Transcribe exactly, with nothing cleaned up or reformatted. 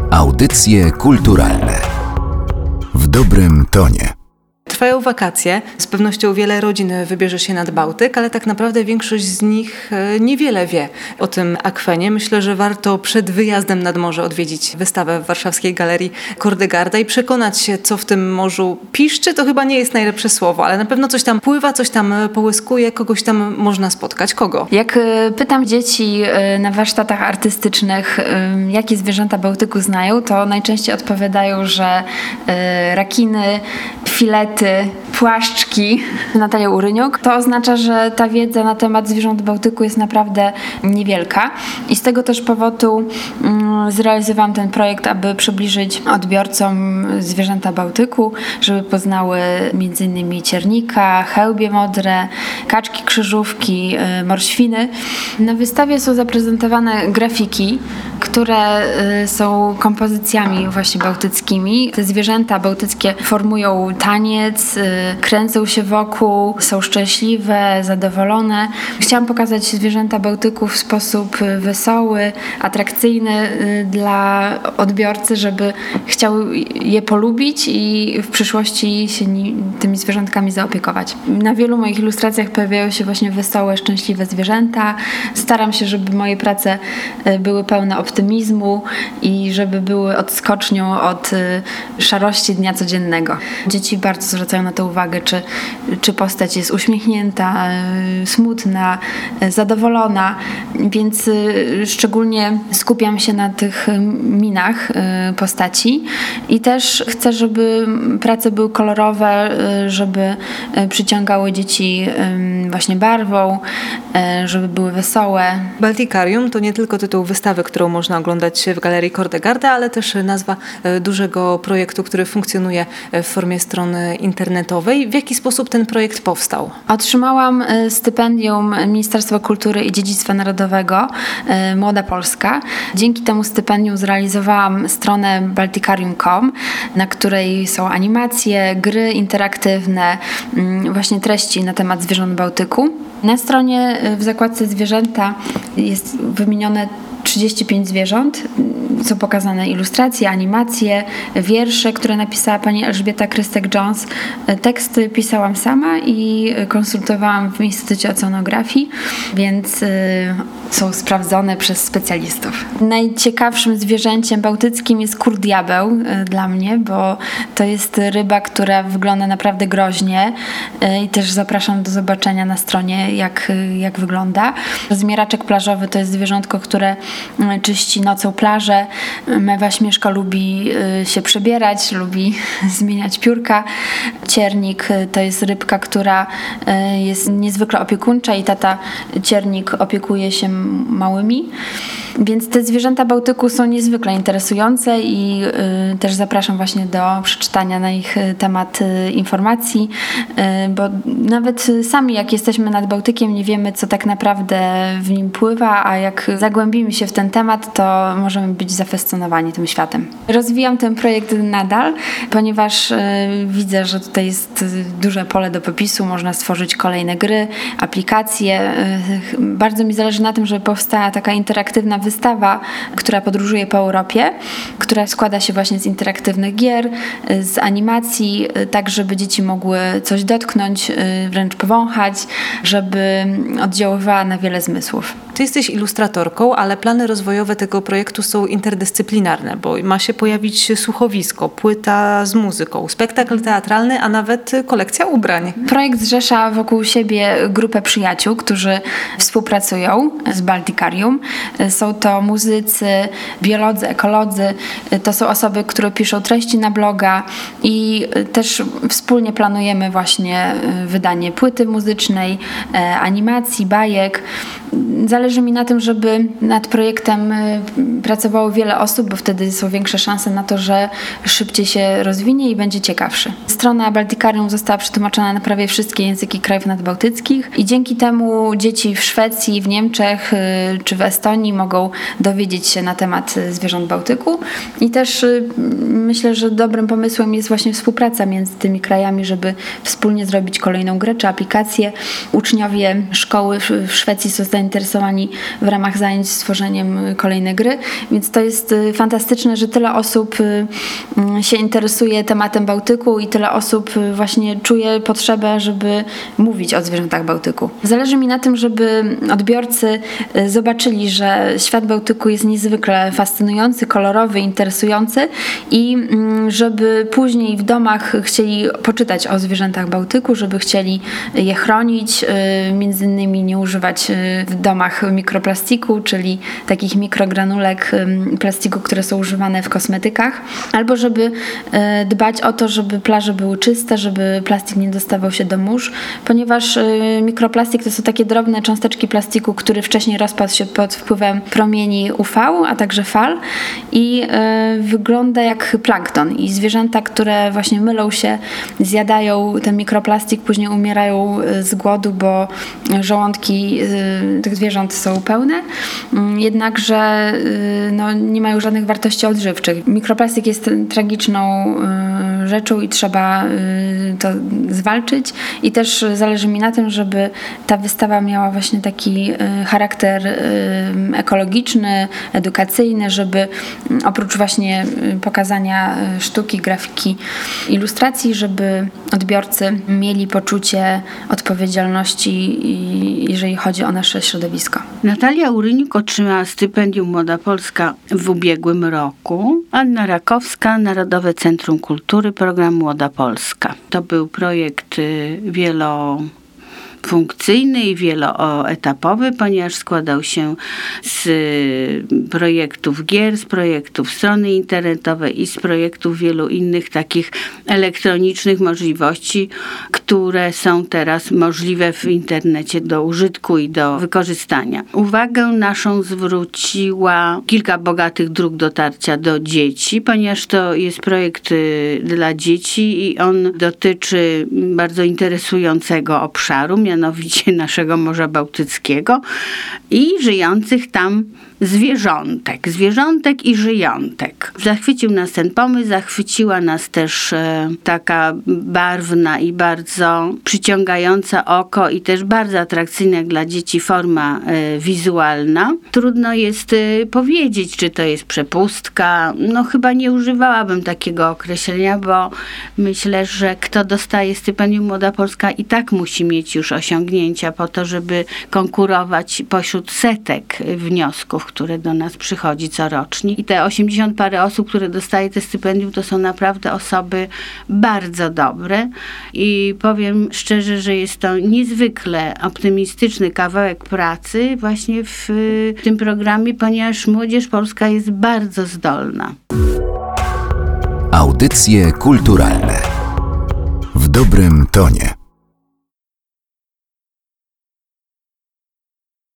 Audycje kulturalne w dobrym tonie. Trwają wakacje. Z pewnością wiele rodzin wybierze się nad Bałtyk, ale tak naprawdę większość z nich niewiele wie o tym akwenie. Myślę, że warto przed wyjazdem nad morze odwiedzić wystawę w warszawskiej Galerii Kordegarda i przekonać się, co w tym morzu piszczy. To chyba nie jest najlepsze słowo, ale na pewno coś tam pływa, coś tam połyskuje, kogoś tam można spotkać. Kogo? Jak pytam dzieci na warsztatach artystycznych, jakie zwierzęta Bałtyku znają, to najczęściej odpowiadają, że rakiny, filety, płaszczki. Natalia Uryniuk. To oznacza, że ta wiedza na temat zwierząt Bałtyku jest naprawdę niewielka i z tego też powodu mm, zrealizowałam ten projekt, aby przybliżyć odbiorcom zwierzęta Bałtyku, żeby poznały między innymi ciernika, chełbie modre, kaczki krzyżówki, y, morświny. Na wystawie są zaprezentowane grafiki, które y, są kompozycjami właśnie bałtyckimi. Te zwierzęta bałtyckie formują taniec, y, kręcą się wokół, są szczęśliwe, zadowolone. Chciałam pokazać zwierzęta Bałtyku w sposób wesoły, atrakcyjny y, dla odbiorcy, żeby chciał je polubić i w przyszłości się ni- tymi zwierzątkami zaopiekować. Na wielu moich ilustracjach pojawiają się właśnie wesołe, szczęśliwe zwierzęta. Staram się, żeby moje prace y, były pełne optymizmu i żeby były odskocznią od y, szarości dnia codziennego. Dzieci bardzo zwracają na to uwagę, czy, czy postać jest uśmiechnięta, y, smutna, y, zadowolona, więc y, szczególnie skupiam się na tych minach y, postaci i też chcę, żeby prace były kolorowe, y, żeby y, przyciągały dzieci y, właśnie barwą, y, żeby były wesołe. Baltikarium to nie tylko tytuł wystawy, którą można oglądać w Galerii Kordegarda, ale też nazwa dużego projektu, który funkcjonuje w formie strony internetowej. W jaki sposób ten projekt powstał? Otrzymałam stypendium Ministerstwa Kultury i Dziedzictwa Narodowego Młoda Polska. Dzięki temu stypendium zrealizowałam stronę baltikarium kropka com, na której są animacje, gry interaktywne, właśnie treści na temat zwierząt Bałtyku. Na stronie w zakładce zwierzęta jest wymienione trzydzieści pięć zwierząt. Są pokazane ilustracje, animacje, wiersze, które napisała pani Elżbieta Krystek-Jones. Teksty pisałam sama i konsultowałam w Instytucie Oceanografii, więc y, są sprawdzone przez specjalistów. Najciekawszym zwierzęciem bałtyckim jest kurdiabeł y, dla mnie, bo to jest ryba, która wygląda naprawdę groźnie y, i też zapraszam do zobaczenia na stronie, jak, y, jak wygląda. Zmieraczek plażowy to jest zwierzątko, które y, czyści nocą plażę. Mewa śmieszka lubi y, się przebierać, lubi zmieniać piórka. Ciernik to jest rybka, która y, jest niezwykle opiekuńcza i tata ciernik opiekuje się małymi. Więc te zwierzęta Bałtyku są niezwykle interesujące i y, też zapraszam właśnie do przeczytania na ich temat y, informacji, y, bo nawet sami jak jesteśmy nad Bałtykiem nie wiemy, co tak naprawdę w nim pływa, a jak zagłębimy się w ten temat, to możemy być zafascynowani tym światem. Rozwijam ten projekt nadal, ponieważ y, widzę, że tutaj jest duże pole do popisu, można stworzyć kolejne gry, aplikacje. Y, bardzo mi zależy na tym, żeby powstała taka interaktywna wystawa, która podróżuje po Europie, która składa się właśnie z interaktywnych gier, z animacji, tak żeby dzieci mogły coś dotknąć, wręcz powąchać, żeby oddziaływała na wiele zmysłów. Ty jesteś ilustratorką, ale plany rozwojowe tego projektu są interdyscyplinarne, bo ma się pojawić słuchowisko, płyta z muzyką, spektakl teatralny, a nawet kolekcja ubrań. Projekt zrzesza wokół siebie grupę przyjaciół, którzy współpracują z Baltikarium. Są to muzycy, biolodzy, ekolodzy, to są osoby, które piszą treści na bloga i też wspólnie planujemy właśnie wydanie płyty muzycznej, animacji, bajek. Zależy mi na tym, żeby nad projektem pracowało wiele osób, bo wtedy są większe szanse na to, że szybciej się rozwinie i będzie ciekawszy. Strona Baltikarium została przetłumaczona na prawie wszystkie języki krajów nadbałtyckich i dzięki temu dzieci w Szwecji, w Niemczech czy w Estonii mogą mogą dowiedzieć się na temat zwierząt Bałtyku. I też myślę, że dobrym pomysłem jest właśnie współpraca między tymi krajami, żeby wspólnie zrobić kolejną grę czy aplikację. Uczniowie szkoły w Szwecji są zainteresowani w ramach zajęć stworzeniem kolejnej gry, więc to jest fantastyczne, że tyle osób się interesuje tematem Bałtyku i tyle osób właśnie czuje potrzebę, żeby mówić o zwierzętach Bałtyku. Zależy mi na tym, żeby odbiorcy zobaczyli, że świat Bałtyku jest niezwykle fascynujący, kolorowy, interesujący i żeby później w domach chcieli poczytać o zwierzętach Bałtyku, żeby chcieli je chronić, między innymi nie używać w domach mikroplastiku, czyli takich mikrogranulek plastiku, które są używane w kosmetykach, albo żeby dbać o to, żeby plaże były czyste, żeby plastik nie dostawał się do mórz, ponieważ mikroplastik to są takie drobne cząsteczki plastiku, który wcześniej rozpadł się pod wpływem promieni U V, a także fal i wygląda jak plankton i zwierzęta, które właśnie mylą się, zjadają ten mikroplastik, później umierają z głodu, bo żołądki tych zwierząt są pełne, jednakże no, nie mają żadnych wartości odżywczych. Mikroplastik jest tragiczną rzeczą i trzeba to zwalczyć i też zależy mi na tym, żeby ta wystawa miała właśnie taki charakter ekologiczny, edukacyjny, żeby oprócz właśnie pokazania sztuki, grafiki, ilustracji, żeby odbiorcy mieli poczucie odpowiedzialności, jeżeli chodzi o nasze środowisko. Natalia Uryniuk otrzymała stypendium Młoda Polska w ubiegłym roku. Anna Rakowska, Narodowe Centrum Kultury, program Młoda Polska. To był projekt wielofunkcyjny i wieloetapowy, ponieważ składał się z projektów gier, z projektów strony internetowej i z projektów wielu innych takich elektronicznych możliwości, które są teraz możliwe w internecie do użytku i do wykorzystania. Uwagę naszą zwróciła kilka bogatych dróg dotarcia do dzieci, ponieważ to jest projekt dla dzieci i on dotyczy bardzo interesującego obszaru, mianowicie naszego Morza Bałtyckiego i żyjących tam zwierzątek, zwierzątek i żyjątek. Zachwycił nas ten pomysł, zachwyciła nas też e, taka barwna i bardzo przyciągająca oko i też bardzo atrakcyjna jak dla dzieci forma e, wizualna. Trudno jest e, powiedzieć, czy to jest przepustka. No chyba nie używałabym takiego określenia, bo myślę, że kto dostaje stypendium Młoda Polska i tak musi mieć już osiągnięcia po to, żeby konkurować pośród setek wniosków, które do nas przychodzi corocznie. I te osiemdziesiąt parę osób, które dostaje te stypendium, to są naprawdę osoby bardzo dobre i powiem szczerze, że jest to niezwykle optymistyczny kawałek pracy właśnie w tym programie, ponieważ młodzież polska jest bardzo zdolna. Audycje kulturalne w dobrym tonie.